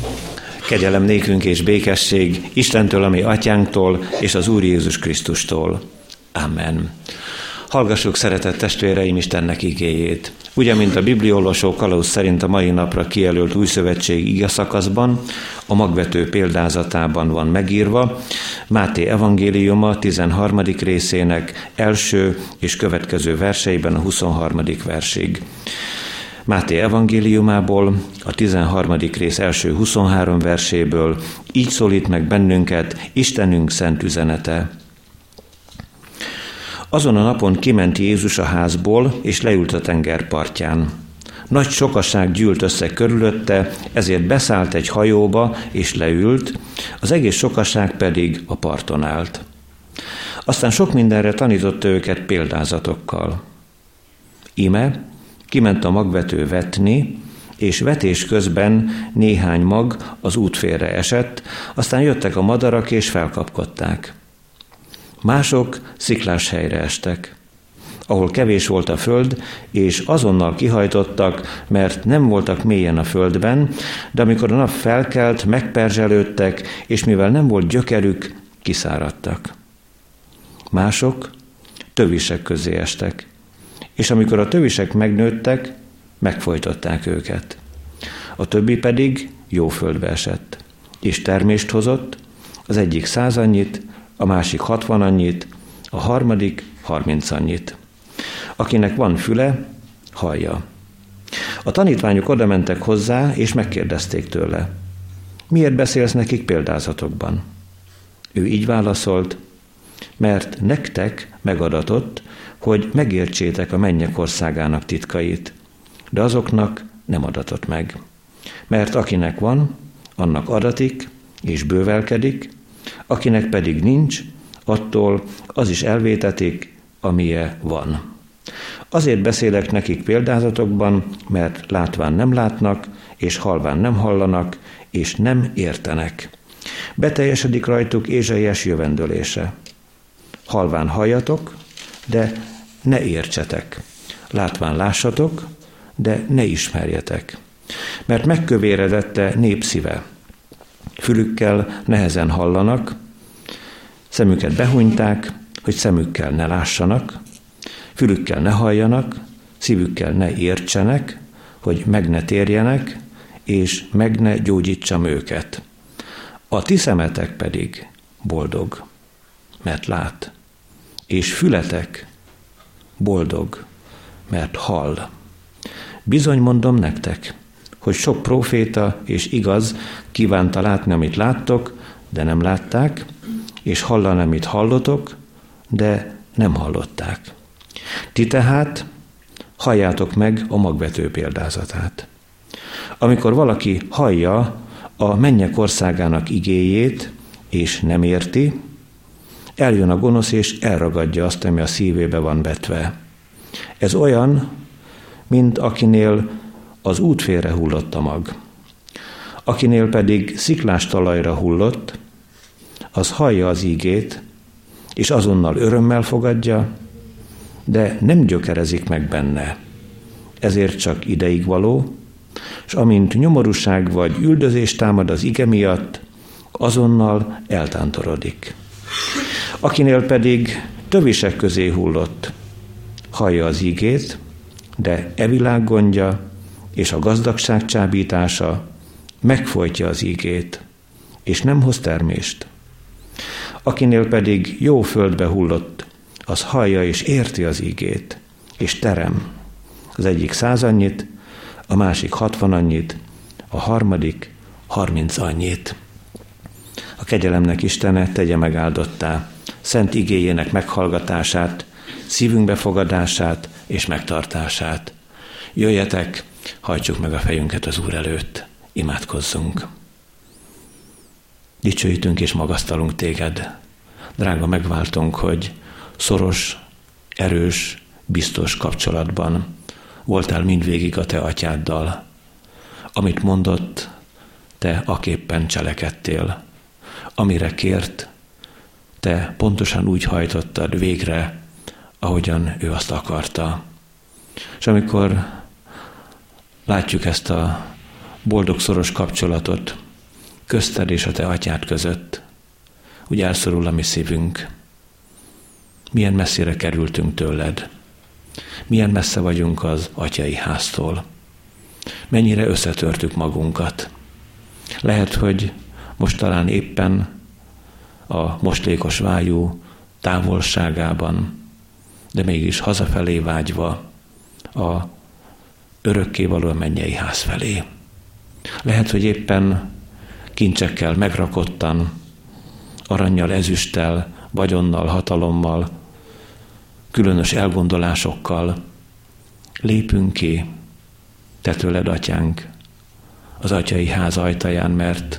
Kegyelem nékünk és békesség Istentől, a mi atyánktól, és az Úr Jézus Krisztustól. Amen. Hallgassuk, szeretett testvéreim, Istennek igéjét. Ugye, mint a bibliolvasó kalauz szerint a mai napra kijelölt újszövetségi igeszakaszban, a magvető példázatában van megírva, Máté evangéliuma 13. részének első és következő verseiben a 23. versig. Máté evangéliumából, a 13. rész első 23 verséből így szólít meg bennünket Istenünk szent üzenete. Azon a napon kiment Jézus a házból, és leült a tenger partján. Nagy sokaság gyűlt össze körülötte, ezért beszállt egy hajóba, és leült, az egész sokaság pedig a parton állt. Aztán sok mindenre tanította őket példázatokkal. Íme kiment a magvető vetni, és vetés közben néhány mag az útfélre esett, aztán jöttek a madarak, és felkapkodták. Mások sziklás helyre estek, ahol kevés volt a föld, és azonnal kihajtottak, mert nem voltak mélyen a földben, de amikor a nap felkelt, megperzselődtek, és mivel nem volt gyökerük, kiszáradtak. Mások tövisek közé estek, és amikor a tövisek megnőttek, megfojtották őket. A többi pedig jó földbe esett, és termést hozott, az egyik 100 annyit, a másik 60 annyit, a harmadik 30 annyit. Akinek van füle, hallja. A tanítványok odamentek hozzá, és megkérdezték tőle, miért beszélsz nekik példázatokban? Ő így válaszolt, mert nektek megadatott, hogy megértsétek a mennyek országának titkait, de azoknak nem adatott meg. Mert akinek van, annak adatik, és bővelkedik, akinek pedig nincs, attól az is elvétetik, amilyen van. Azért beszélek nekik példázatokban, mert látván nem látnak, és hallván nem hallanak, és nem értenek. Beteljesedik rajtuk Ézsaiás jövendölése. Hallván halljatok, de ne értsetek. Látván lássatok, de ne ismerjetek. Mert megkövéredette népszíve. Fülükkel nehezen hallanak, szemüket behunyták, hogy szemükkel ne lássanak, fülükkel ne halljanak, szívükkel ne értsenek, hogy meg ne térjenek, és meg ne gyógyítsam őket. A ti szemetek pedig boldog, mert lát, és fületek boldog, mert hall. Bizony mondom nektek, hogy sok próféta és igaz kívánta látni, amit láttok, de nem látták, és hallani, amit hallotok, de nem hallották. Ti tehát halljátok meg a magvető példázatát. Amikor valaki hallja a mennyek országának igéjét, és nem érti, eljön a gonosz, és elragadja azt, ami a szívébe van vetve. Ez olyan, mint akinél az útfélre hullott a mag. Akinél pedig sziklás talajra hullott, az hallja az ígét, és azonnal örömmel fogadja, de nem gyökerezik meg benne. Ezért csak ideig való, és amint nyomorúság vagy üldözés támad az ige miatt, azonnal eltántorodik. Akinél pedig tövisek közé hullott, hallja az ígét, de e világ gondja és a gazdagság csábítása megfojtja az ígét, és nem hoz termést. Akinél pedig jó földbe hullott, az hallja és érti az ígét, és terem. Az egyik 100 annyit, a másik 60 annyit, a harmadik 30 annyit. A kegyelemnek Istene tegye megáldottá szent igéjének meghallgatását, szívünk befogadását és megtartását. Jöjjetek, hajtsuk meg a fejünket az Úr előtt, imádkozzunk. Dicsőítünk és magasztalunk téged, drága megváltónk, hogy szoros, erős, biztos kapcsolatban voltál mindvégig a te atyáddal. Amit mondott, te aképpen cselekedtél. Amire kért, te pontosan úgy hajtottad végre, ahogyan ő azt akarta. És amikor látjuk ezt a boldog szoros kapcsolatot közted és a te atyád között. Úgy elszorul a mi szívünk. Milyen messzire kerültünk tőled. Milyen messze vagyunk az atyai háztól. Mennyire összetörtük magunkat. Lehet, hogy most talán éppen a moslékos vájú távolságában, de mégis hazafelé vágyva a örökkévaló mennyei ház felé. Lehet, hogy éppen kincsekkel megrakottan, arannyal, ezüsttel, vagyonnal, hatalommal, különös elgondolásokkal lépünk ki, te tőled, atyánk, az atyai ház ajtaján, mert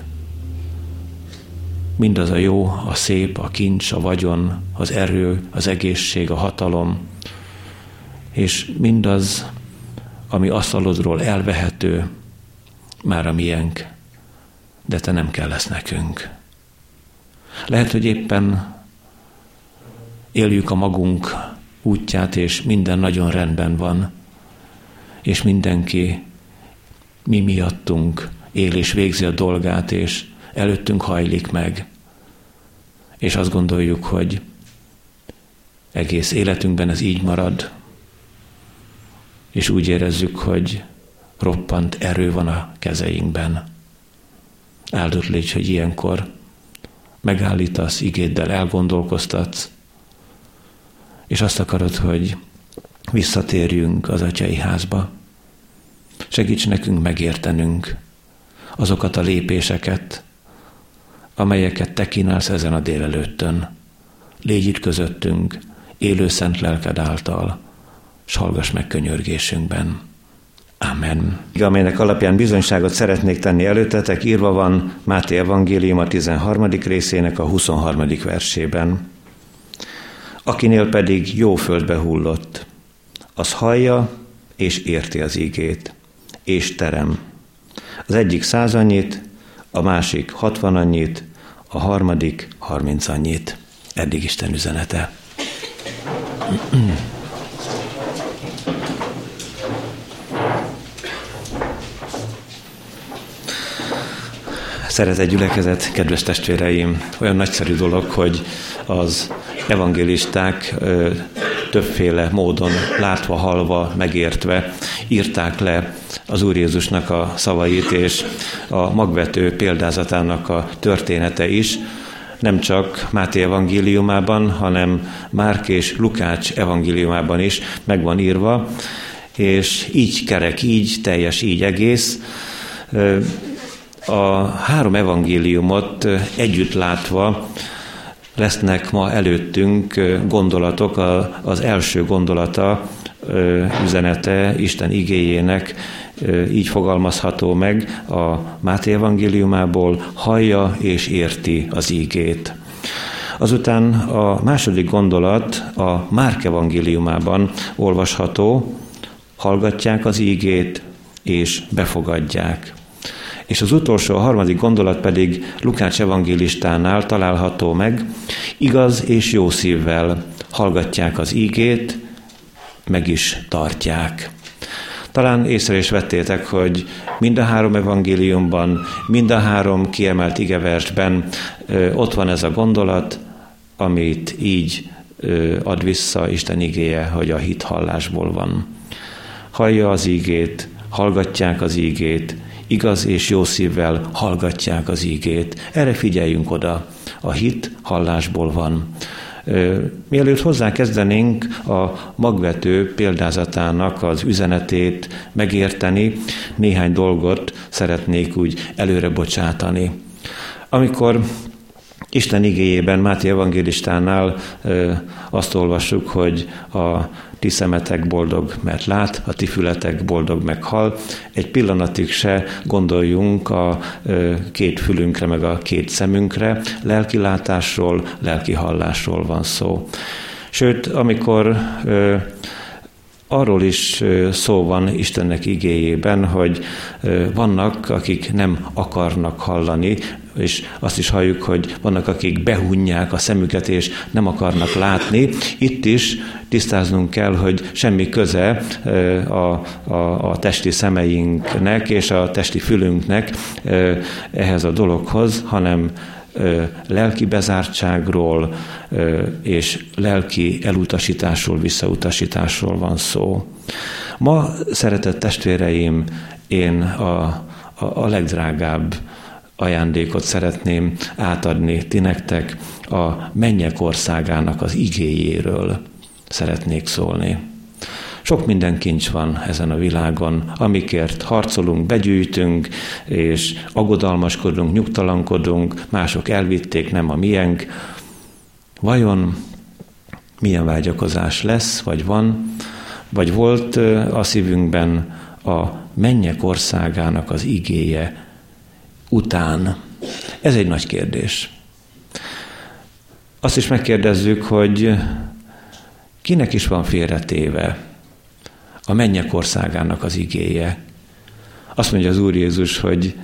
mindaz a jó, a szép, a kincs, a vagyon, az erő, az egészség, a hatalom, és mindaz, ami asztalodról elvehető, már a miénk, de te nem kell lesz nekünk. Lehet, hogy éppen éljük a magunk útját, és minden nagyon rendben van, és mindenki mi miattunk él és végzi a dolgát, és előttünk hajlik meg, és azt gondoljuk, hogy egész életünkben ez így marad, és úgy érezzük, hogy roppant erő van a kezeinkben. Áldott légy, hogy ilyenkor megállítasz, igéddel elgondolkoztatsz, és azt akarod, hogy visszatérjünk az atyai házba. Segíts nekünk megértenünk azokat a lépéseket, amelyeket te kínálsz ezen a délelőttön. Légy itt közöttünk, élő szent lelked által, s hallgass meg könyörgésünkben. Amen. Amelynek alapján bizonyságot szeretnék tenni előttetek, írva van Máté evangélium a 13. részének a 23. versében. Akinél pedig jó földbe hullott, az hallja és érti az igét, és terem. Az egyik 100 annyit, a másik 60 annyit, a harmadik 30 annyit. Eddig Isten üzenete. Szeretett gyülekezet, kedves testvéreim, olyan nagyszerű dolog, hogy az evangélisták többféle módon látva, hallva, megértve írták le az Úr Jézusnak a szavait, és a magvető példázatának a története is, nem csak Máté evangéliumában, hanem Márk és Lukács evangéliumában is meg van írva, és így kerek, így teljes, így egész. A 3 evangéliumot együtt látva lesznek ma előttünk gondolatok. Az első gondolata, üzenete Isten igéjének így fogalmazható meg a Máté evangéliumából: hallja és érti az igét. Azután a második gondolat a Márk evangéliumában olvasható: hallgatják az igét és befogadják. És az utolsó, a harmadik gondolat pedig Lukács evangélistánál található meg: igaz és jó szívvel hallgatják az igét, meg is tartják. Talán észre is vettétek, hogy mind a 3 evangéliumban, mind a 3 kiemelt igeversben ott van ez a gondolat, amit így ad vissza Isten igéje, hogy a hit hallásból van. Hallja az igét, hallgatják az igét, igaz és jó szívvel hallgatják az igét. Erre figyeljünk oda. A hit hallásból van. Mielőtt hozzákezdenénk a magvető példázatának az üzenetét megérteni, néhány dolgot szeretnék úgy előre bocsátani. Amikor Isten igéjében, Máté evangélistánál azt olvassuk, hogy a ti szemetek boldog, mert lát, a ti fületek boldog, meg hall. Egy pillanatig se gondoljunk a 2 fülünkre, meg a 2 szemünkre. Lelki látásról, lelki hallásról van szó. Sőt, amikor arról is szó van Istennek igéjében, hogy vannak, akik nem akarnak hallani, és azt is halljuk, hogy vannak, akik behunják a szemüket, és nem akarnak látni. Itt is tisztáznunk kell, hogy semmi köze a testi szemeinknek és a testi fülünknek ehhez a dologhoz, hanem lelki bezártságról és lelki elutasításról, visszautasításról van szó. Ma, szeretett testvéreim, én a legdrágább ajándékot szeretném átadni ti nektek, a mennyek országának az igéjéről szeretnék szólni. Sok minden kincs van ezen a világon, amikért harcolunk, begyűjtünk, és aggodalmaskodunk, nyugtalankodunk, mások elvitték, nem a miénk. Vajon milyen vágyakozás lesz, vagy van, vagy volt a szívünkben a mennyek országának az igéje után? Ez egy nagy kérdés. Azt is megkérdezzük, hogy kinek is van félretéve a mennyek országának az igéje. Azt mondja az Úr Jézus, hogy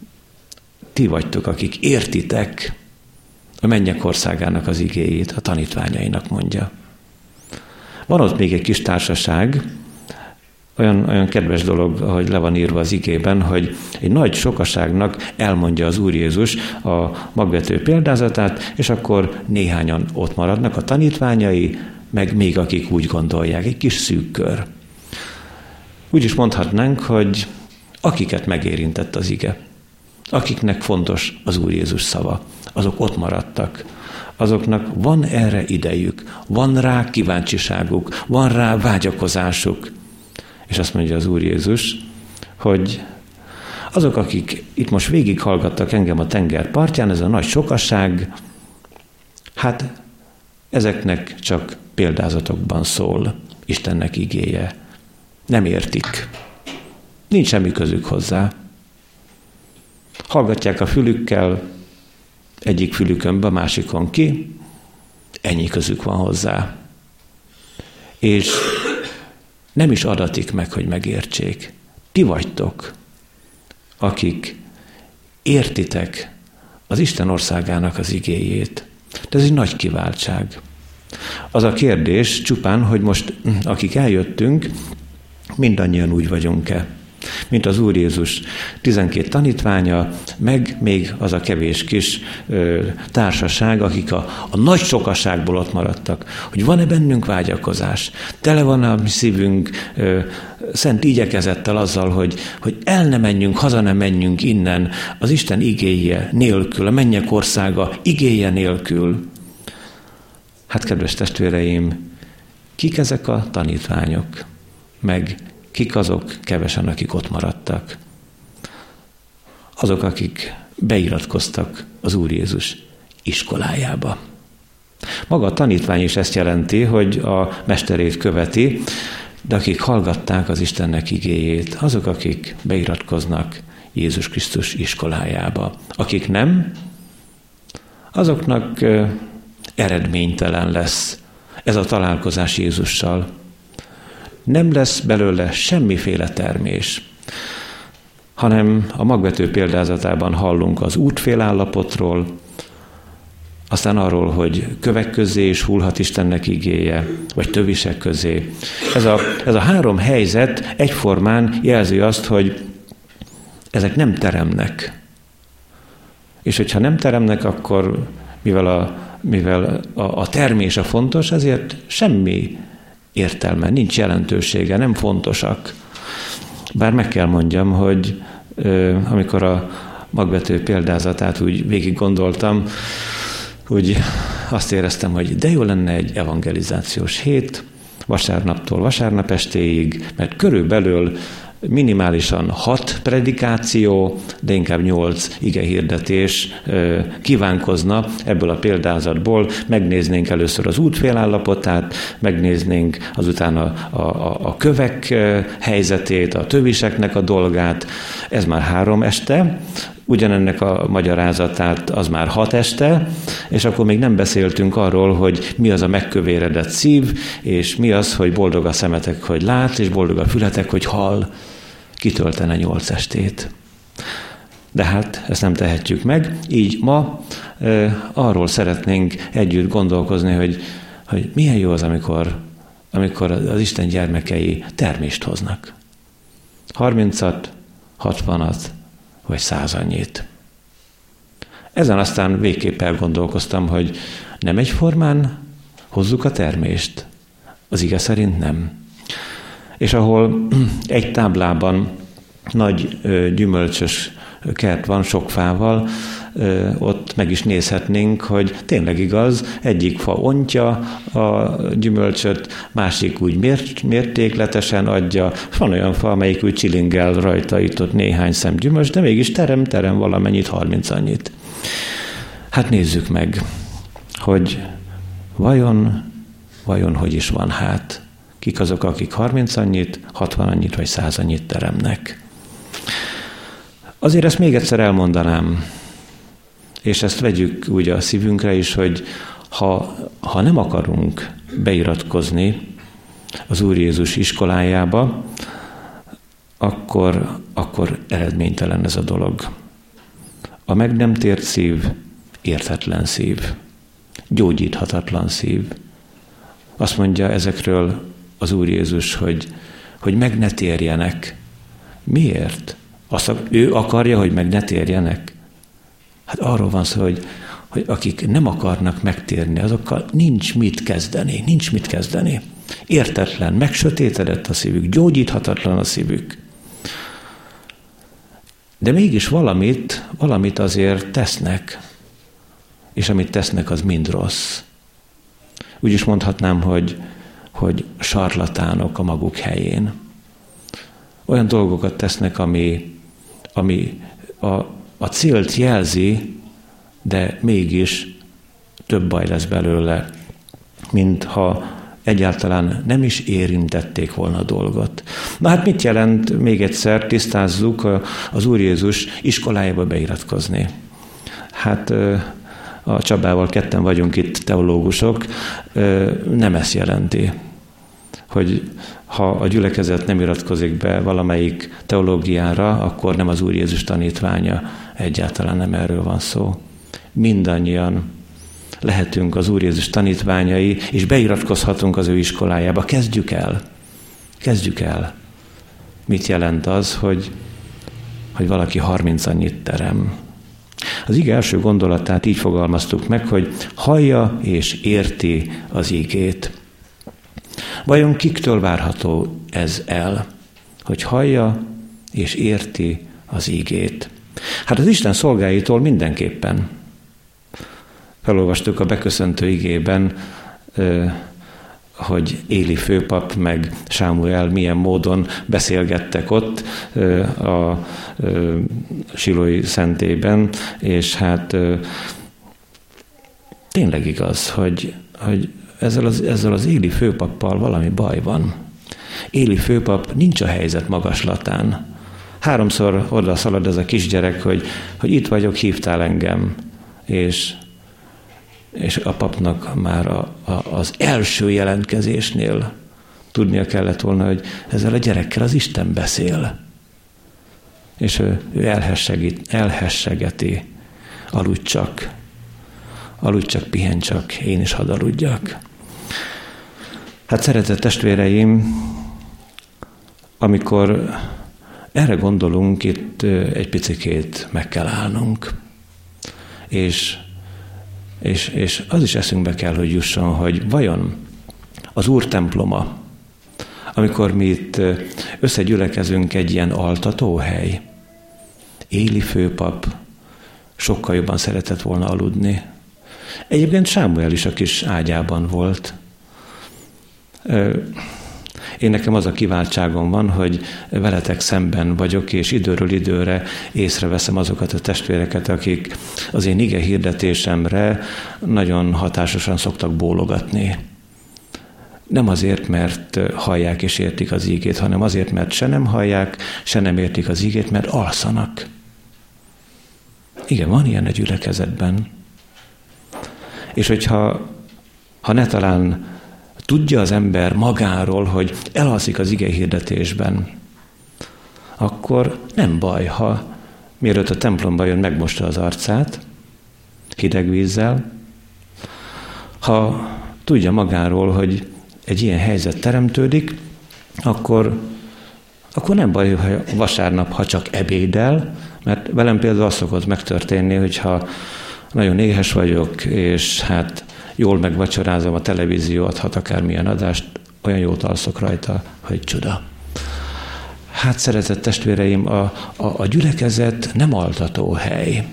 ti vagytok, akik értitek a mennyek országának az igéjét, a tanítványainak mondja. Van ott még egy kis társaság, olyan kedves dolog, ahogy le van írva az igében, hogy egy nagy sokaságnak elmondja az Úr Jézus a magvető példázatát, és akkor néhányan ott maradnak, a tanítványai, meg még akik úgy gondolják, egy kis szűk kör. Úgy is mondhatnánk, hogy akiket megérintett az ige, akiknek fontos az Úr Jézus szava, azok ott maradtak. Azoknak van erre idejük, van rá kíváncsiságuk, van rá vágyakozásuk. És azt mondja az Úr Jézus, hogy azok, akik itt most végighallgattak engem a tenger partján, ez a nagy sokasság, hát ezeknek csak példázatokban szól Istennek igéje. Nem értik. Nincs semmi közük hozzá. Hallgatják a fülükkel, egyik fülükön be, másikon ki, ennyi közük van hozzá. És nem is adatik meg, hogy megértsék. Ti vagytok, akik értitek az Isten országának az igéjét. De ez egy nagy kiváltság. Az a kérdés csupán, hogy most, akik eljöttünk, mindannyian úgy vagyunk-e, mint az Úr Jézus 12 tanítványa, meg még az a kevés kis társaság, akik a nagy sokaságból ott maradtak. Hogy van-e bennünk vágyakozás? Tele van a mi szívünk szent igyekezettel azzal, hogy el ne menjünk, haza ne menjünk innen az Isten igéje nélkül, a mennyek országa igéje nélkül. Hát, kedves testvéreim, kik ezek a tanítványok? Meg kik azok kevesen, akik ott maradtak? Azok, akik beiratkoztak az Úr Jézus iskolájába. Maga a tanítvány is ezt jelenti, hogy a mesterét követi, de akik hallgatták az Istennek igéjét, azok, akik beiratkoznak Jézus Krisztus iskolájába. Akik nem, azoknak eredménytelen lesz ez a találkozás Jézussal. Nem lesz belőle semmiféle termés, hanem a magvető példázatában hallunk az útfélállapotról, aztán arról, hogy kövek közé is hullhat Istennek igéje, vagy tövisek közé. Ez a három helyzet egyformán jelzi azt, hogy ezek nem És hogyha nem teremnek, akkor mivel a termés a fontos, ezért semmi értelme, nincs jelentősége, nem fontosak. Bár meg kell mondjam, hogy amikor a magvető példázatát úgy végig gondoltam, úgy azt éreztem, hogy de jó lenne egy evangelizációs hét, vasárnaptól vasárnap estéig, mert körülbelül minimálisan 6 predikáció, de inkább 8 igehirdetés kívánkozna ebből a példázatból. Megnéznénk először az útfélállapotát, megnéznénk azután a kövek helyzetét, a töviseknek a dolgát. Ez már 3 este, ugyanennek a magyarázatát az már 6 este, és akkor még nem beszéltünk arról, hogy mi az a megkövéredett szív, és mi az, hogy boldog a szemetek, hogy lát, és boldog a fületek, hogy hall. Kitöltene 8 estét. De hát ezt nem tehetjük meg, így ma arról szeretnénk együtt gondolkozni, hogy milyen jó az, amikor az Isten gyermekei termést hoznak. 30-at, 60-at, vagy 100 annyit. Ezen aztán végképp elgondolkoztam, hogy nem egyformán hozzuk a termést. Az ige szerint nem. És ahol egy táblában nagy gyümölcsös kert van sok fával, ott meg is nézhetnénk, hogy tényleg igaz, egyik fa ontja a gyümölcsöt, másik úgy mértékletesen adja, van olyan fa, amelyik úgy csilingel rajta itt néhány szem gyümölcs, de mégis terem valamennyit, 30 annyit. Hát nézzük meg, hogy vajon hogy is van hát? Kik azok, akik 30 annyit, 60 annyit vagy 100 annyit teremnek? Azért ezt még egyszer elmondanám, és ezt vegyük úgy a szívünkre is, hogy ha nem akarunk beiratkozni az Úr Jézus iskolájába, akkor eredménytelen ez a dolog. A meg nem tért szív, érthetlen szív, gyógyíthatatlan szív. Azt mondja ezekről az Úr Jézus, hogy meg ne térjenek. Miért? Ő akarja, hogy meg ne térjenek? Hát arról van szó, hogy akik nem akarnak megtérni, azokkal nincs mit kezdeni. Értetlen, megsötétedett a szívük, gyógyíthatatlan a szívük. De mégis valamit azért tesznek, és amit tesznek, az mind rossz. Úgy is mondhatnám, hogy sarlatánok a maguk helyén. Olyan dolgokat tesznek, ami a célt jelzi, de mégis több baj lesz belőle, mint ha egyáltalán nem is érintették volna a dolgot. Na hát mit jelent, még egyszer tisztázzuk, az Úr Jézus iskolájába beiratkozni? Hát a Csabával ketten vagyunk itt teológusok, nem ezt jelenti, hogy ha a gyülekezet nem iratkozik be valamelyik teológiára, akkor nem az Úr Jézus tanítványa. Egyáltalán nem erről van szó. Mindannyian lehetünk az Úr Jézus tanítványai, és beiratkozhatunk az ő iskolájába. Kezdjük el. Mit jelent az, hogy valaki 30 annyit terem? Az ige első gondolatát így fogalmaztuk meg, hogy hallja és érti az igét. Vajon kiktől várható ez el, hogy hallja és érti az igét? Hát az Isten szolgáitól mindenképpen. Felolvastuk a beköszöntő igében, hogy Éli főpap meg Sámuel milyen módon beszélgettek ott a Silói szentében, és hát tényleg igaz, hogy ezzel az Éli főpappal valami baj van. Éli főpap nincs a helyzet magaslatán. 3-szor oda szalad ez a kisgyerek, hogy itt vagyok, hívtál engem, és a papnak már az első jelentkezésnél tudnia kellett volna, hogy ezzel a gyerekkel az Isten beszél. És ő elhessegeti, aludj csak, pihenj csak, én is hadd aludjak. Hát szeretett testvéreim, amikor erre gondolunk, itt egy picikét meg kell állnunk. És az is eszünkbe kell, hogy jusson, hogy vajon az Úr temploma, amikor mi itt összegyülekezünk, egy ilyen altatóhely, Éli főpap sokkal jobban szeretett volna aludni. Egyébként Sámuel is a kis ágyában volt. Én nekem az a kiváltságom van, hogy veletek szemben vagyok, és időről időre észreveszem azokat a testvéreket, akik az én ige hirdetésemre nagyon hatásosan szoktak bólogatni. Nem azért, mert hallják és értik az ígét, hanem azért, mert se nem hallják, se nem értik az ígét, mert alszanak. Igen, van ilyen egy gyülekezetben. És hogyha ne talán tudja az ember magáról, hogy elalszik az ige hirdetésben, akkor nem baj, ha mielőtt a templomba jön, megmosta az arcát hideg vízzel. Ha tudja magáról, hogy egy ilyen helyzet teremtődik, akkor nem baj, ha vasárnap, ha csak ebédel, mert velem például az szokott megtörténni, hogyha nagyon éhes vagyok, és hát jól megvacsorázom, a televízió adhat akármilyen adást, olyan jót alszok rajta, hogy csuda. Hát, szeretett testvéreim, a gyülekezet nem altató hely.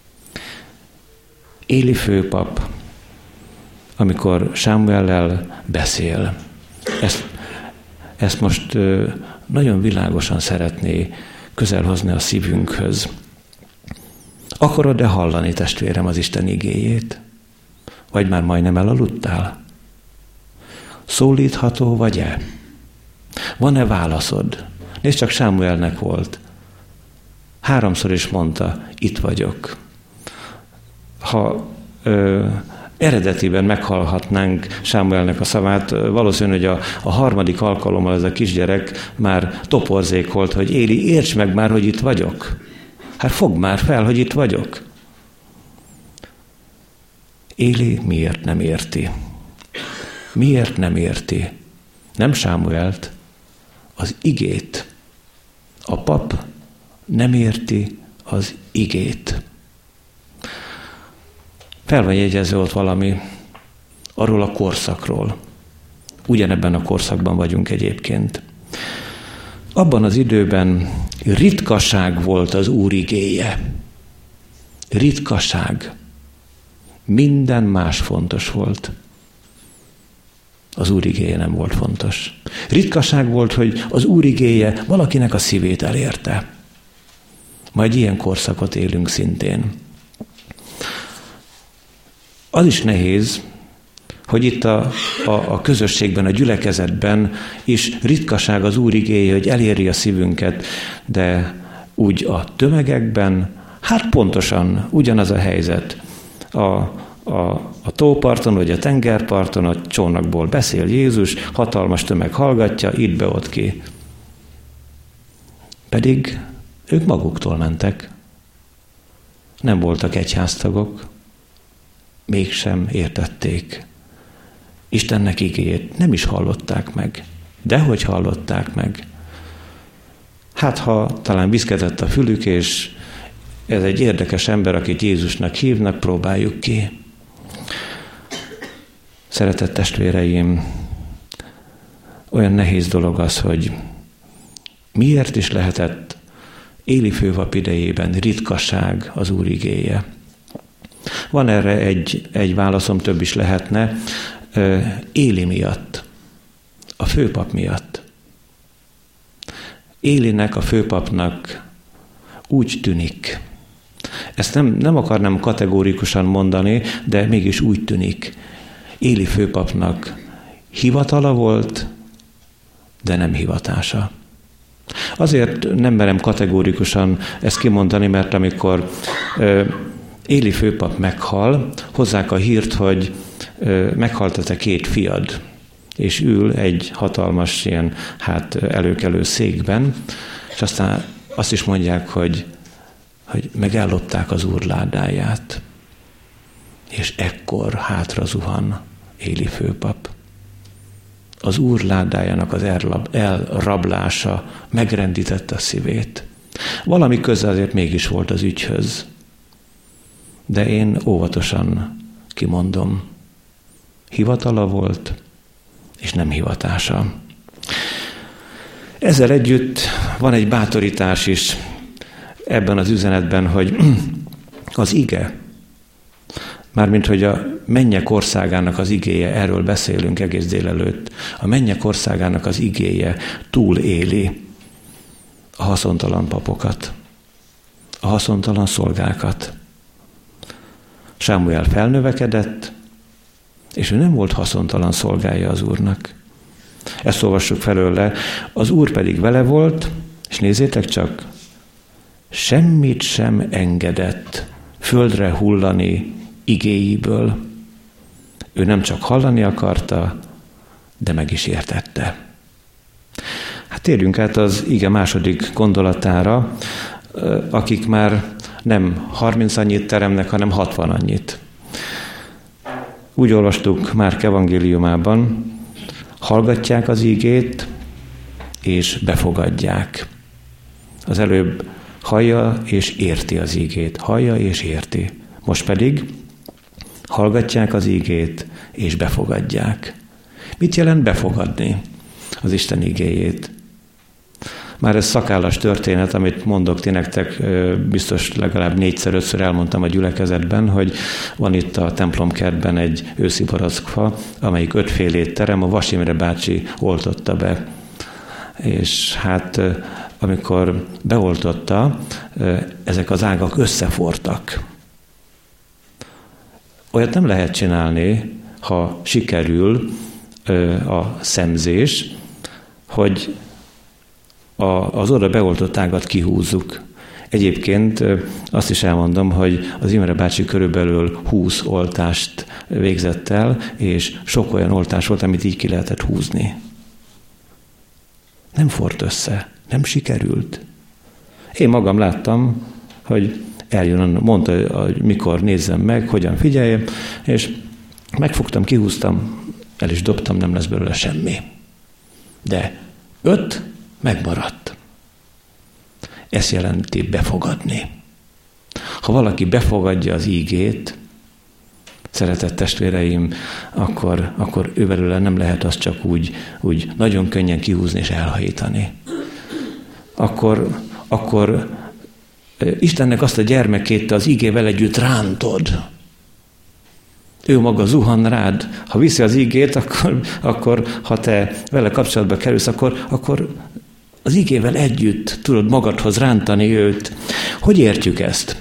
Éli főpap, amikor Sámuellel beszél, ezt most nagyon világosan szeretné közelhozni a szívünkhöz. Akarod-e hallani, testvérem, az Isten igéjét? Vagy már majdnem elaludtál? Szólítható vagy-e? Van-e válaszod? Nézd, csak Sámuelnek volt. 3-szor is mondta, itt vagyok. Ha eredetiben meghallhatnánk Sámuelnek a szavát, valószínű, hogy a 3. alkalommal ez a kisgyerek már toporzékolt, hogy Éli, érts meg már, hogy itt vagyok. Hát fogd már fel, hogy itt vagyok. Éli miért nem érti? Miért nem érti? Nem Sámuelt, az igét. A pap nem érti az igét. Fel van jegyezve ott valami arról a korszakról. Ugyanebben a korszakban vagyunk egyébként. Abban az időben ritkaság volt az Úr igéje. Ritkaság. Minden más fontos volt. Az Úr igéje nem volt fontos. Ritkaság volt, hogy az Úr igéje valakinek a szívét elérte. Majd ilyen korszakot élünk szintén. Az is nehéz, hogy itt a közösségben, a gyülekezetben is ritkaság az Úr igéje, hogy eléri a szívünket, de úgy a tömegekben, hát pontosan ugyanaz a helyzet. A tóparton vagy a tengerparton a csónakból beszél Jézus, hatalmas tömeg hallgatja, itt be, ott ki. Pedig ők maguktól mentek. Nem voltak egyháztagok, mégsem értették Istennek igéjét, nem is hallották meg. Dehogy hallották meg. Hát, ha talán viszketett a fülük, és ez egy érdekes ember, akit Jézusnak hívnak, próbáljuk ki. Szeretett testvéreim, olyan nehéz dolog az, hogy miért is lehetett Éli főpap idejében ritkaság az Úr igéje. Van erre egy válaszom, több is lehetne. Éli miatt, a főpap miatt. Élinek, a főpapnak úgy tűnik. Ezt nem akarnám kategórikusan mondani, de mégis úgy tűnik. Éli főpapnak hivatala volt, de nem hivatása. Azért nem merem kategórikusan ezt kimondani, mert amikor Éli főpap meghal, hozzák a hírt, hogy meghalt a te 2 fiad, és ül egy hatalmas ilyen előkelő székben, és aztán azt is mondják, hogy megellopták az Úr ládáját, és ekkor hátra zuhan Éli főpap. Az Úr ládájának az elrablása megrendítette a szívét. Valami köze azért mégis volt az ügyhöz. De én óvatosan kimondom. Hivatala volt, és nem hivatása. Ezzel együtt van egy bátorítás is ebben az üzenetben, hogy az ige, mármint hogy a mennyek országának az igéje, erről beszélünk egész délelőtt, a mennyek országának az igéje túléli a haszontalan papokat, a haszontalan szolgákat. Sámuel felnövekedett, és ő nem volt haszontalan szolgája az Úrnak. Ezt olvassuk felőle. Az Úr pedig vele volt, és nézzétek csak, semmit sem engedett földre hullani igéjéből. Ő nem csak hallani akarta, de meg is értette. Hát térjünk át az ige második gondolatára, akik már nem 30 annyit teremnek, hanem 60 annyit. Úgy olvastuk Márk evangéliumában, hallgatják az ígét, és befogadják. Az előbb hallja és érti az ígét. Hallja és érti. Most pedig hallgatják az ígét, és befogadják. Mit jelent befogadni az Isten ígéjét? Már ez szakállas történet, amit mondok ti nektek, biztos legalább 4-5-ször elmondtam a gyülekezetben, hogy van itt a templomkertben egy őszi barackfa, amelyik 5 félét terem, a Vas Imre bácsi oltotta be. És hát amikor beoltotta, ezek az ágak összefortak. Olyat nem lehet csinálni, ha sikerül a szemzés, hogy az oda beoltott ágat kihúzzuk. Egyébként azt is elmondom, hogy az Imre bácsi körülbelül 20 oltást végzett el, és sok olyan oltás volt, amit így ki lehetett húzni. Nem fort össze, nem sikerült. Én magam láttam, hogy eljön, mondta, hogy mikor nézzem meg, hogyan figyeljem, és megfogtam, kihúztam, el is dobtam, nem lesz belőle semmi. De 5 megmaradt. Ezt jelenti befogadni. Ha valaki befogadja az ígét, szeretett testvéreim, akkor őbelőle nem lehet azt csak úgy nagyon könnyen kihúzni és elhajítani. Akkor Istennek azt a gyermekét az ígével együtt rántod. Ő maga zuhan rád. Ha viszi az ígét, akkor ha te vele kapcsolatba kerülsz, akkor az ígével együtt tudod magadhoz rántani őt. Hogy értjük ezt?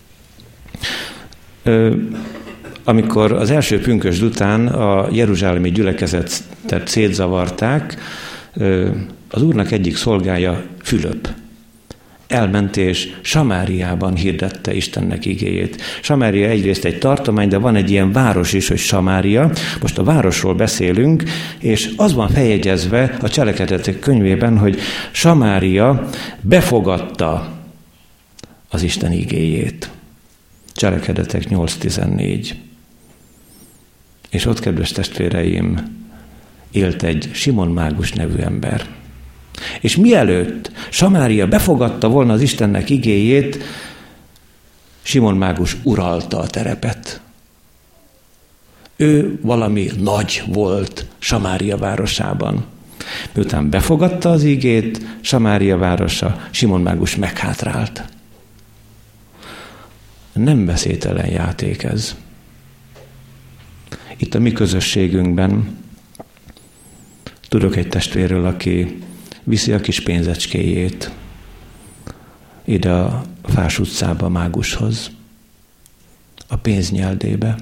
Amikor az első pünkösd után a jeruzsálemi gyülekezetet szétzavarták, az Úrnak egyik szolgája, Fülöp elment és Samáriában hirdette Istennek igéjét. Samária egyrészt egy tartomány, de van egy ilyen város is, hogy Samária. Most a városról beszélünk, és az van feljegyezve a Cselekedetek könyvében, hogy Samária befogadta az Isten igéjét. Cselekedetek 8:14. És ott, kedves testvéreim, élt egy Simon Mágus nevű ember. És mielőtt Samária befogadta volna az Istennek igéjét, Simon Mágus uralta a terepet. Ő valami nagy volt Samária városában. Miután befogadta az igét, Samária városa, Simon Mágus meghátrált. Nem veszélytelen játék ez. Itt a mi közösségünkben tudok egy testvérről, aki viszi a kis pénzecskéjét ide a Fás utcába, Mágushoz, a pénznyeldébe.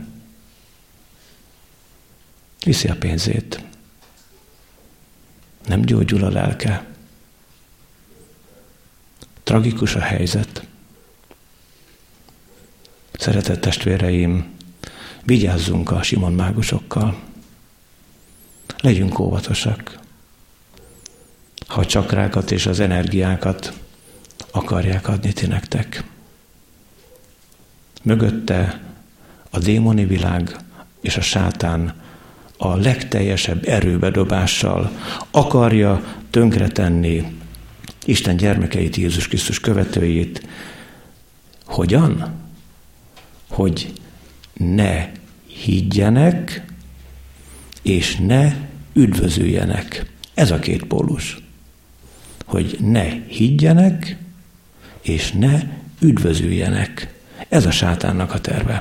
Viszi a pénzét. Nem gyógyul a lelke. Tragikus a helyzet. Szeretett testvéreim, vigyázzunk a Simon Mágusokkal. Legyünk óvatosak. Ha a csakrákat és az energiákat akarják adni ti nektek. Mögötte a démoni világ és a sátán a legteljesebb erőbedobással akarja tönkretenni Isten gyermekeit, Jézus Krisztus követőjét. Hogyan? Hogy ne higgyenek, és ne üdvözüljenek. Ez a két pólus. Hogy ne higgyenek, és ne üdvözüljenek. Ez a sátánnak a terve.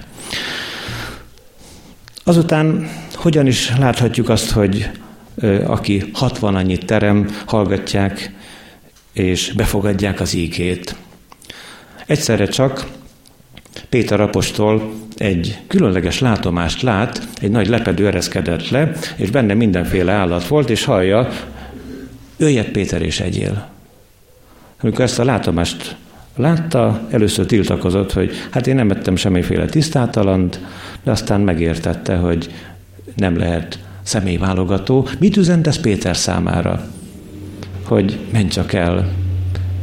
Azután hogyan is láthatjuk azt, hogy aki 60 annyit terem, hallgatják, és befogadják az ígét. Egyszerre csak Péter apostol egy különleges látomást lát, egy nagy lepedő ereszkedett le, és benne mindenféle állat volt, és hallja, jöjjed Péter és egyél. Amikor ezt a látomást látta, először tiltakozott, hogy hát én nem ettem semmiféle tisztátalant, de aztán megértette, hogy nem lehet személyválogató. Mit üzent ez Péter számára? Hogy menj csak el,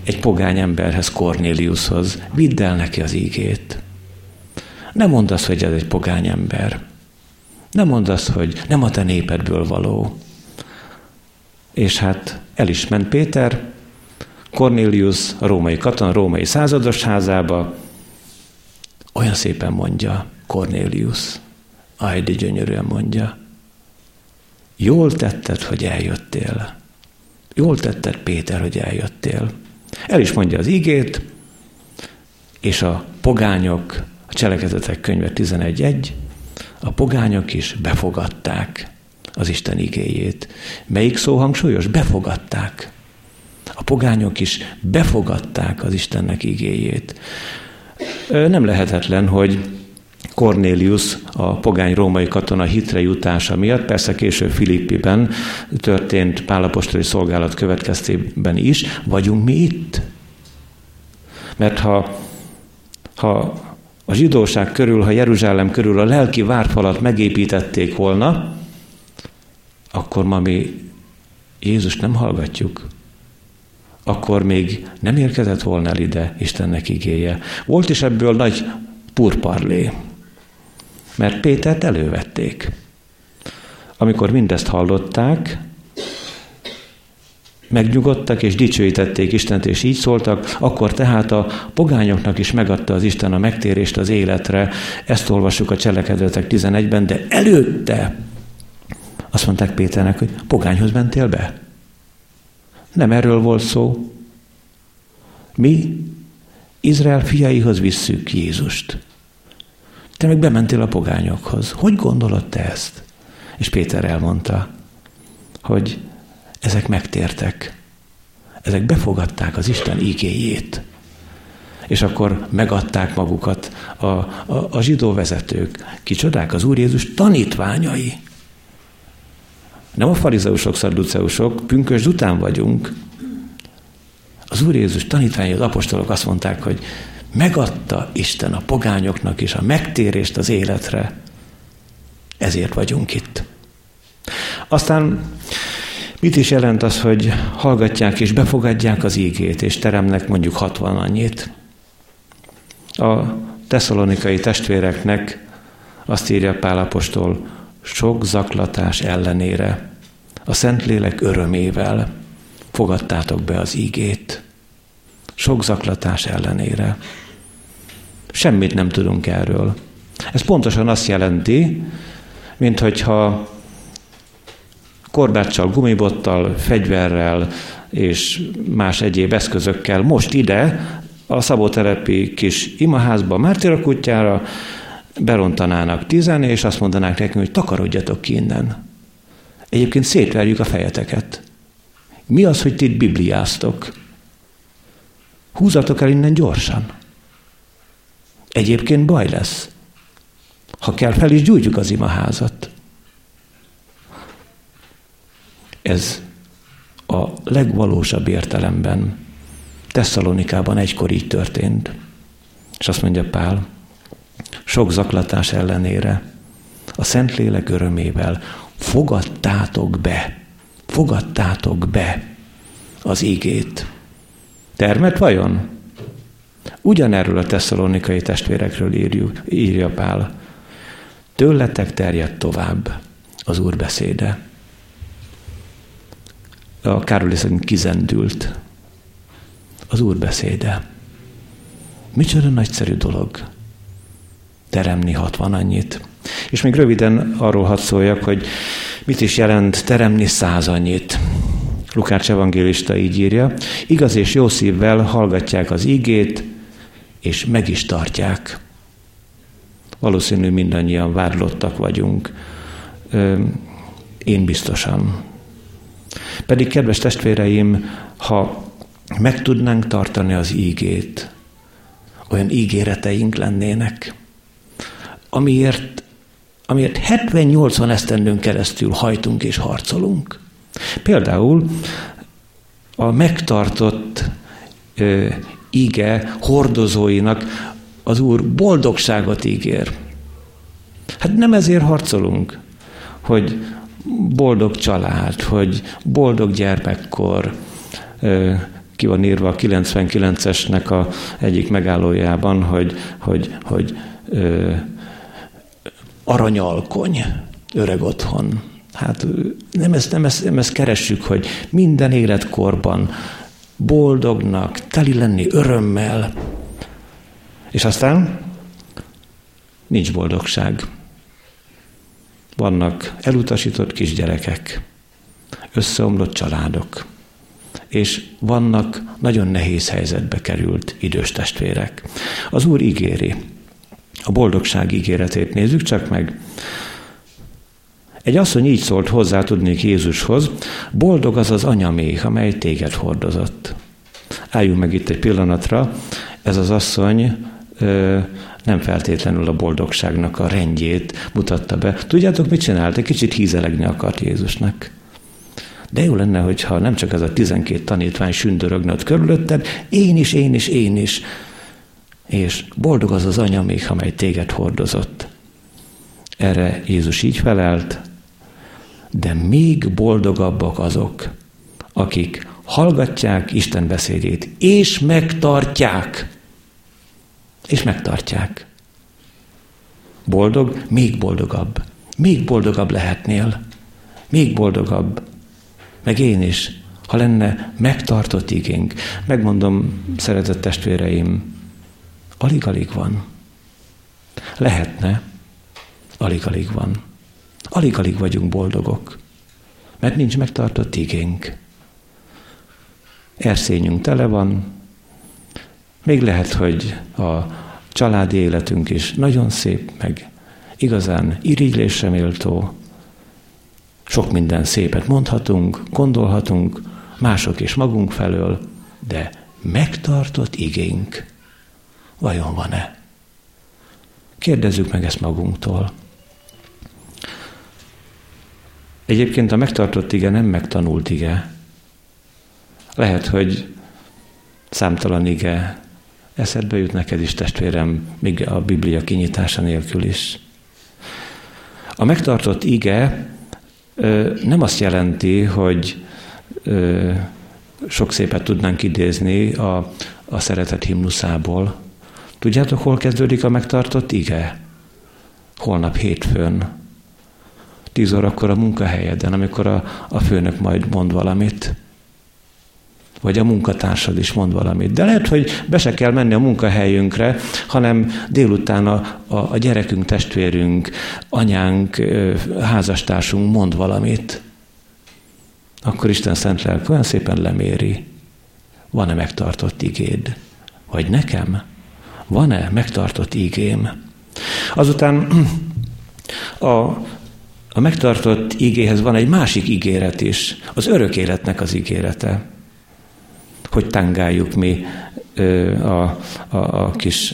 egy pogány emberhez, Kornéliushoz, vidd el neki az ígét. Nem mondd azt, hogy ez egy pogány ember. Nem mondd azt, hogy nem a te népedből való. És hát el is ment Péter, Kornélius, a római katona, római százados házába. Olyan szépen mondja Kornélius, de gyönyörűen mondja. Jól tetted, hogy eljöttél. Jól tetted, Péter, hogy eljöttél. El is mondja az ígét, és a pogányok, a Cselekedetek könyve 11.1, a pogányok is befogadták az Isten igéjét. Melyik szó hangsúlyos? Befogadták. A pogányok is befogadták az Istennek igéjét. Nem lehetetlen, hogy Kornélius, a pogány római katona hitre jutása miatt, persze később Filippiben történt Pál apostoli szolgálat következtében is, vagyunk mi itt. Mert ha a zsidóság körül, ha Jeruzsálem körül a lelki várfalat megépítették volna, akkor ma mi Jézust nem hallgatjuk. Akkor még nem érkezett volna el ide Istennek igéje. Volt is ebből nagy purparlé, mert Pétert elővették. Amikor mindezt hallották, megnyugodtak és dicsőítették Istent, és így szóltak, akkor tehát a pogányoknak is megadta az Isten a megtérést az életre. Ezt olvassuk a Cselekedetek 11-ben, de előtte azt mondták Péternek, hogy pogányhoz mentél be. Nem erről volt szó. Mi Izrael fiaihoz visszük Jézust. Te meg bementél a pogányokhoz. Hogy gondolod te ezt? És Péter elmondta, hogy ezek megtértek. Ezek befogadták az Isten igéjét. És akkor megadták magukat a zsidó vezetők. Kicsodák? Az Úr Jézus tanítványai. Nem a farizeusok, szadduceusok, pünkösd után vagyunk. Az Úr Jézus tanítványai, az apostolok azt mondták, hogy megadta Isten a pogányoknak is a megtérést az életre. Ezért vagyunk itt. Aztán mit is jelent az, hogy hallgatják és befogadják az ígét, és teremnek mondjuk 60 annyit? A tesszalonikai testvéreknek azt írja Pál apostol, sok zaklatás ellenére, a Szentlélek örömével fogadtátok be az ígét. Sok zaklatás ellenére. Semmit nem tudunk erről. Ez pontosan azt jelenti, mint hogyha korbáccsal, gumibottal, fegyverrel és más egyéb eszközökkel most ide a szabótelepi kis imaházba, Mártírok útjára berontanának 10, és azt mondanák nekünk, hogy takarodjatok ki innen. Egyébként szétverjük a fejeteket. Mi az, hogy ti itt bibliáztok? Húzatok el innen gyorsan. Egyébként baj lesz. Ha kell, fel is gyújtjuk az imaházat. Ez a legvalósabb értelemben Tesszalonikában egykor így történt. És azt mondja Pál, sok zaklatás ellenére a Szentlélek örömével fogadtátok be az ígét. Termet vajon? Ugyanerről a tesszalonikai testvérekről írja Pál. Tőletek terjed tovább az Úr beszéde. A Károlyi szerint kizendült az Úr beszéde. Micsoda nagyszerű dolog teremni 60 annyit. És még röviden arról hadd szóljak, hogy mit is jelent teremni 100 annyit. Lukács evangélista így írja, igaz és jó szívvel hallgatják az ígét, és meg is tartják. Valószínű mindannyian vádlottak vagyunk. Én biztosan. Pedig, kedves testvéreim, ha meg tudnánk tartani az ígét, olyan ígéreteink lennének, amiért 70-80 esztendőn keresztül hajtunk és harcolunk. Például a megtartott íge hordozóinak az Úr boldogságot ígér. Hát nem ezért harcolunk, hogy boldog család, hogy boldog gyermekkor, ki van írva a 99-esnek a egyik megállójában, hogy aranyalkony, öreg otthon. Hát nem ezt keressük, hogy minden életkorban boldognak, teli lenni örömmel, és aztán nincs boldogság. Vannak elutasított kisgyerekek, összeomlott családok, és vannak nagyon nehéz helyzetbe került idős testvérek. Az Úr ígéri, a boldogság ígéretét nézzük csak meg. Egy asszony így szólt hozzá, tudnék Jézushoz, boldog az az anyaméh, amely téged hordozott. Álljunk meg itt egy pillanatra, ez az asszony nem feltétlenül a boldogságnak a rendjét mutatta be. Tudjátok, mit csinált? Egy kicsit hízelegni akart Jézusnak. De jó lenne, hogyha nem csak ez a 12 tanítvány sündörögne ott körülötted, én is. És boldog az az anyaméh, amely téged hordozott. Erre Jézus így felelt, de még boldogabbak azok, akik hallgatják Isten beszédét, és megtartják. Boldog, még boldogabb. Még boldogabb lehetnél. Még boldogabb. Meg én is, ha lenne megtartott igénk. Megmondom, szeretett testvéreim, alig-alig van. Lehetne, alig-alig van. Alig-alig vagyunk boldogok, mert nincs megtartott igénk. Erszényünk tele van, még lehet, hogy a családi életünk is nagyon szép, meg igazán irigylésre méltó. Sok minden szépet mondhatunk, gondolhatunk, mások is magunk felől, de megtartott igénk vajon van-e? Kérdezzük meg ezt magunktól. Egyébként a megtartott ige nem megtanult ige. Lehet, hogy számtalan ige eszedbe jut neked is, testvérem, még a Biblia kinyitása nélkül is. A megtartott ige nem azt jelenti, hogy sok szépet tudnánk idézni a szeretet himnuszából. Tudjátok, hol kezdődik a megtartott ige? Holnap hétfőn. 10 órakor a munkahelyeden, amikor a főnök majd mond valamit. Vagy a munkatársad is mond valamit. De lehet, hogy be se kell menni a munkahelyünkre, hanem délután a gyerekünk, testvérünk, anyánk, házastársunk mond valamit. Akkor Isten szent lelke olyan szépen leméri. Van-e megtartott igéd? Vagy nekem? Van-e megtartott igém? Azután a megtartott igéhez van egy másik ígéret is, az örök életnek az ígérete. Hogy tángáljuk mi a kis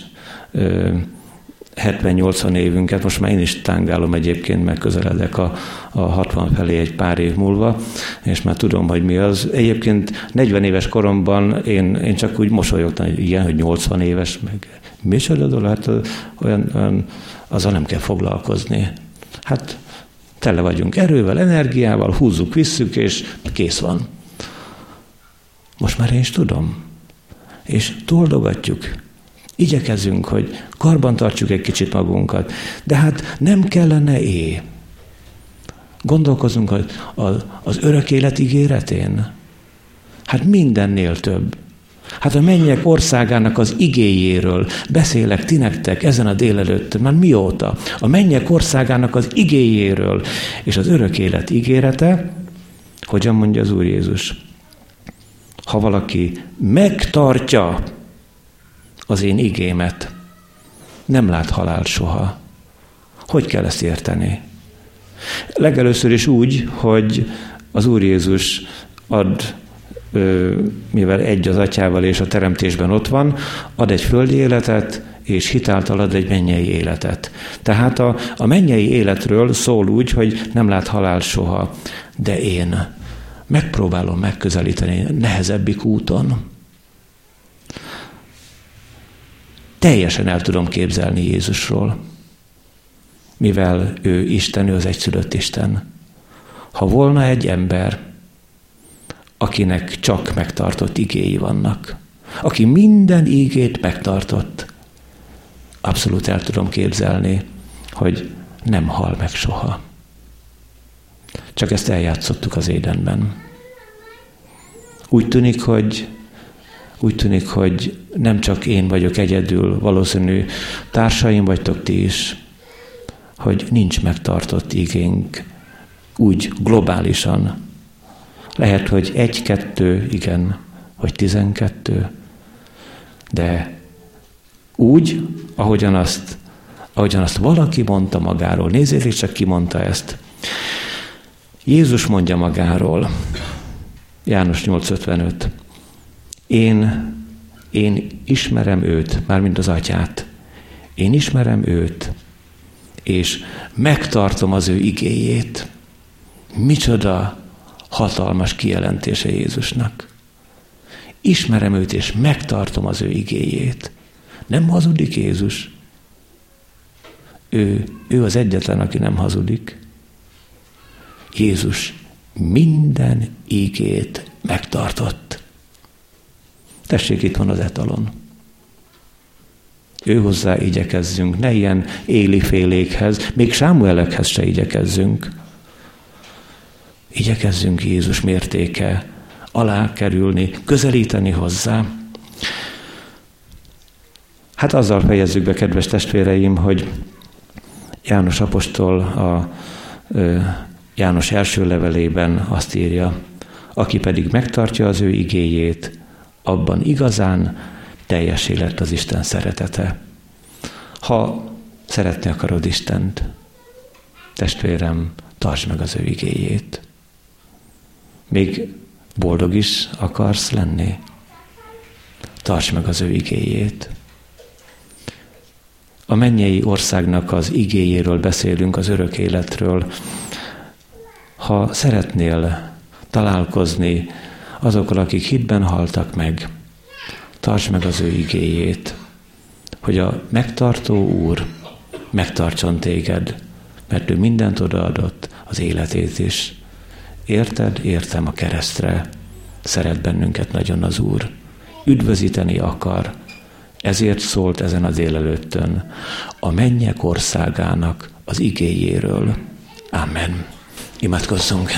70-80 évünket, most már én is tángálom egyébként, mert közeledek a 60 felé egy pár év múlva, és már tudom, hogy mi az. Egyébként 40 éves koromban én csak úgy mosolyogtam, hogy ilyen, hogy 80 éves, meg micsoda dolog, hát olyan, azzal nem kell foglalkozni. Hát tele vagyunk erővel, energiával, húzzuk, visszük, és kész van. Most már én is tudom. És toldogatjuk. Igyekezünk, hogy karban tartsuk egy kicsit magunkat. De hát nem kellene Gondolkozunk az örök élet ígéretén. Hát mindennél több. Hát a mennyek országának az igéjéről beszélek ti nektek ezen a délelőtt, már mióta? A mennyek országának az igéjéről. És az örök élet ígérete, hogyan mondja az Úr Jézus? Ha valaki megtartja az én igémet, nem lát halált soha. Hogy kell ezt érteni? Legelőször is úgy, hogy az Úr Jézus ad, mivel egy az atyával és a teremtésben ott van, ad egy földi életet, és hitáltal ad egy mennyei életet. Tehát a mennyei életről szól úgy, hogy nem lát halált soha, de én megpróbálom megközelíteni nehezebbik úton. Teljesen el tudom képzelni Jézusról, mivel ő Isten, ő az egyszülött Isten. Ha volna egy ember, akinek csak megtartott igéi vannak. Aki minden ígét megtartott. Abszolút el tudom képzelni, hogy nem hal meg soha. Csak ezt eljátszottuk az Édenben. Úgy tűnik, hogy nem csak én vagyok egyedül, valószínű társaim vagytok ti is, hogy nincs megtartott igénk úgy globálisan. Lehet, hogy 1-2, igen, vagy 12, de úgy, ahogyan azt valaki mondta magáról. Nézzétek csak, ki mondta ezt. Jézus mondja magáról, János 8:55. Én ismerem őt, mármint az atyát. Én ismerem őt, és megtartom az ő igéjét. Micsoda hatalmas kijelentése Jézusnak. Ismerem őt, és megtartom az ő igéjét. Nem hazudik Jézus. Ő az egyetlen, aki nem hazudik. Jézus minden ígét megtartott. Tessék, itt van az etalon. Ő hozzá igyekezzünk, ne ilyen élifélékhez, még Sámuelekhez se igyekezzünk. Igyekezzünk Jézus mértéke alá kerülni, közelíteni hozzá. Hát azzal fejezzük be, kedves testvéreim, hogy János apostol a János első levelében azt írja, aki pedig megtartja az ő igéjét, abban igazán teljessé lett az Isten szeretete. Ha szeretni akarod Istent, testvérem, tartsd meg az ő igéjét. Még boldog is akarsz lenni? Tartsd meg az ő igéjét. A mennyei országnak az igéjéről beszélünk, az örök életről. Ha szeretnél találkozni azokkal, akik hitben haltak meg, tartsd meg az ő igéjét, hogy a megtartó Úr megtartson téged, mert ő mindent odaadott, az életét is. Érted? Értem a keresztre. Szeret bennünket nagyon az Úr. Üdvözíteni akar. Ezért szólt ezen a délelőttön a mennyek országának az igéjéről. Amen. Imádkozzunk.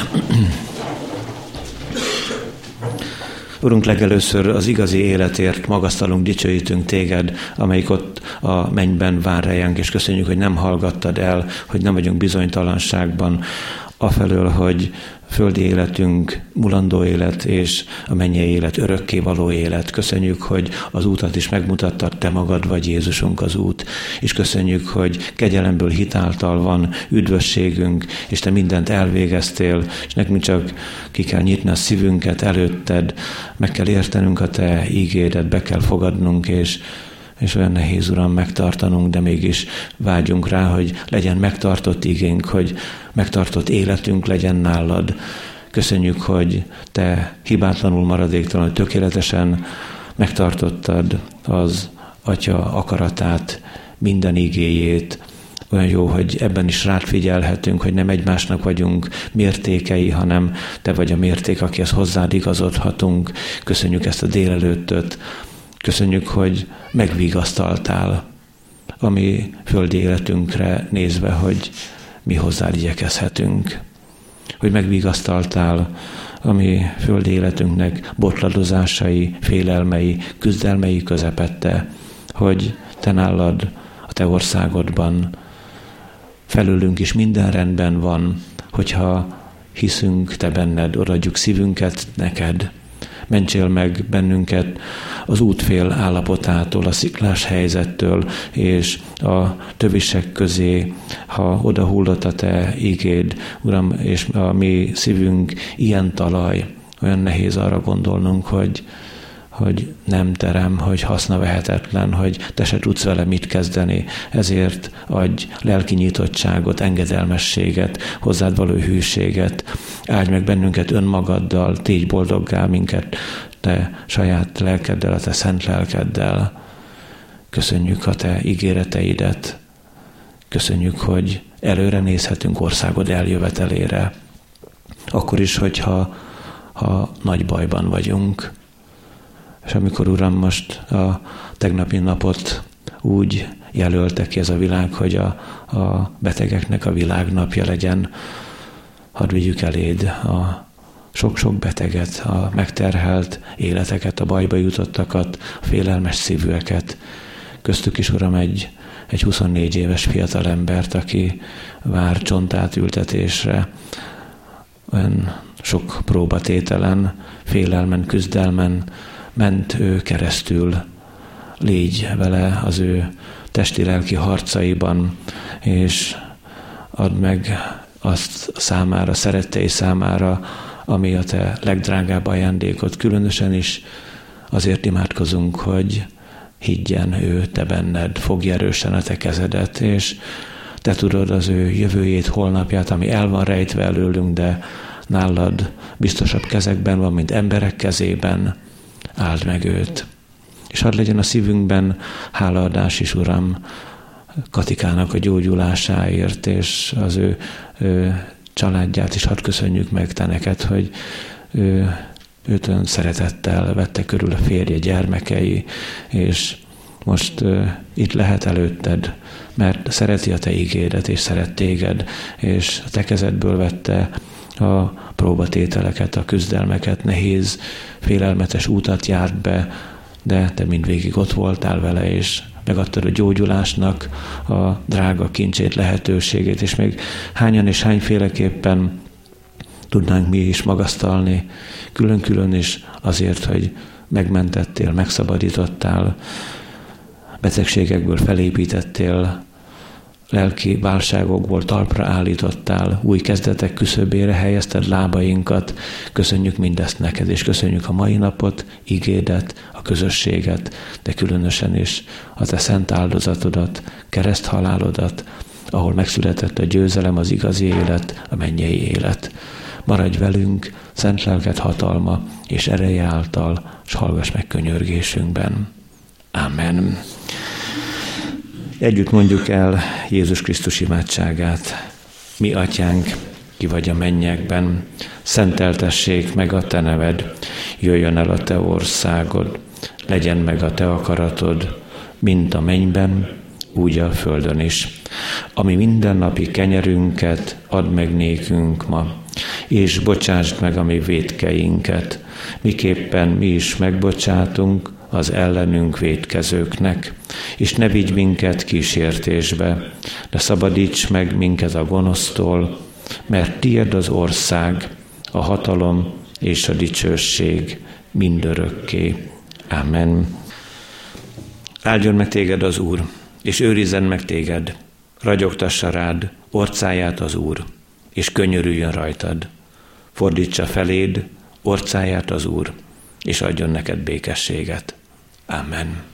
Urunk, legelőször az igazi életért magasztalunk, dicsőítünk téged, amelyik ott a mennyben vár rejánk, és köszönjük, hogy nem hallgattad el, hogy nem vagyunk bizonytalanságban, afelől, hogy földi életünk mulandó élet, és a mennyei élet örökké való élet. Köszönjük, hogy az útat is megmutattad, te magad vagy Jézusunk az út, és köszönjük, hogy kegyelemből hitáltal van üdvösségünk, és te mindent elvégeztél, és nekünk csak ki kell nyitni a szívünket előtted, meg kell értenünk a te ígédet, be kell fogadnunk, és olyan nehéz, Uram, megtartanunk, de mégis vágyunk rá, hogy legyen megtartott igénk, hogy megtartott életünk legyen nálad. Köszönjük, hogy te hibátlanul, maradéktalanul, tökéletesen megtartottad az Atya akaratát, minden igéjét. Olyan jó, hogy ebben is rád figyelhetünk, hogy nem egymásnak vagyunk mértékei, hanem te vagy a mérték, akihez hozzád igazodhatunk. Köszönjük ezt a délelőttöt. Köszönjük, hogy megvigasztaltál a mi földi életünkre nézve, hogy mi hozzád igyekezhetünk. Hogy megvigasztaltál a mi földi életünknek botladozásai, félelmei, küzdelmei közepette, hogy te nálad, a te országodban felülünk is minden rendben van, hogyha hiszünk te benned, odaadjuk szívünket neked. Mentsél meg bennünket az útfél állapotától, a sziklás helyzettől, és a tövisek közé, ha odahullott a te ígéd, Uram, és a mi szívünk ilyen talaj, olyan nehéz arra gondolnunk, hogy nem terem, hogy hasznavehetetlen, hogy te se tudsz vele mit kezdeni. Ezért adj lelki nyitottságot, engedelmességet, hozzád való hűséget. Áldj meg bennünket önmagaddal, tégy boldoggá minket, te saját lelkeddel, a te szent lelkeddel. Köszönjük a te ígéreteidet. Köszönjük, hogy előre nézhetünk országod eljövetelére. Akkor is, hogyha ha nagy bajban vagyunk. És amikor, Uram, most a tegnapi napot úgy jelölte ki ez a világ, hogy a betegeknek a világnapja legyen, hadd vigyük eléd a sok-sok beteget, a megterhelt életeket, a bajba jutottakat, a félelmes szívűeket. Köztük is, Uram, egy 24 éves fiatal embert, aki vár csontátültetésre, olyan sok próbatételen, félelmen, küzdelmen ment ő keresztül. Légy vele az ő testi-lelki harcaiban, és add meg azt számára, szerettei számára, ami a te legdrágább ajándékod. Különösen is azért imádkozunk, hogy higgyen ő te benned, fogja erősen a te kezedet, és te tudod az ő jövőjét, holnapját, ami el van rejtve előlünk, de nálad biztosabb kezekben van, mint emberek kezében. Áld meg őt. És hadd legyen a szívünkben hálaadás is, Uram, Katikának a gyógyulásáért, és az ő családját is hadd köszönjük meg te neked, hogy őt ön szeretettel vette körül a férje, gyermekei, és most itt lehet előtted, mert szereti a te ígédet, és szeret téged, és a te kezedből vette a próbatételeket, a küzdelmeket, nehéz, félelmetes útat járt be, de te mindvégig ott voltál vele, és megadtad a gyógyulásnak a drága kincsét, lehetőségét, és még hányan és hányféleképpen tudnánk mi is magasztalni, külön-külön is azért, hogy megmentettél, megszabadítottál, betegségekből felépítettél, lelki válságokból talpra állítottál, új kezdetek küszöbére helyezted lábainkat. Köszönjük mindezt neked, és köszönjük a mai napot, igédet, a közösséget, de különösen is a te szent áldozatodat, kereszthalálodat, ahol megszületett a győzelem, az igazi élet, a mennyei élet. Maradj velünk, szent lelked hatalma és ereje által, s hallgass meg könyörgésünkben. Amen. Együtt mondjuk el Jézus Krisztus imádságát. Mi atyánk, ki vagy a mennyekben, szenteltessék meg a te neved, jöjjön el a te országod, legyen meg a te akaratod, mint a mennyben, úgy a földön is. Ami mindennapi kenyerünket add meg nékünk ma, és bocsásd meg a mi vétkeinket, miképpen mi is megbocsátunk az ellenünk vétkezőknek, és ne vigy minket kísértésbe, de szabadíts meg minket a gonosztól, mert tiéd az ország, a hatalom és a dicsőség mindörökké. Amen. Áldjon meg téged az Úr, és őrizzen meg téged, ragyogtassa rád orcáját az Úr, és könyörüljön rajtad. Fordítsa feléd orcáját az Úr, és adjon neked békességet. Amen.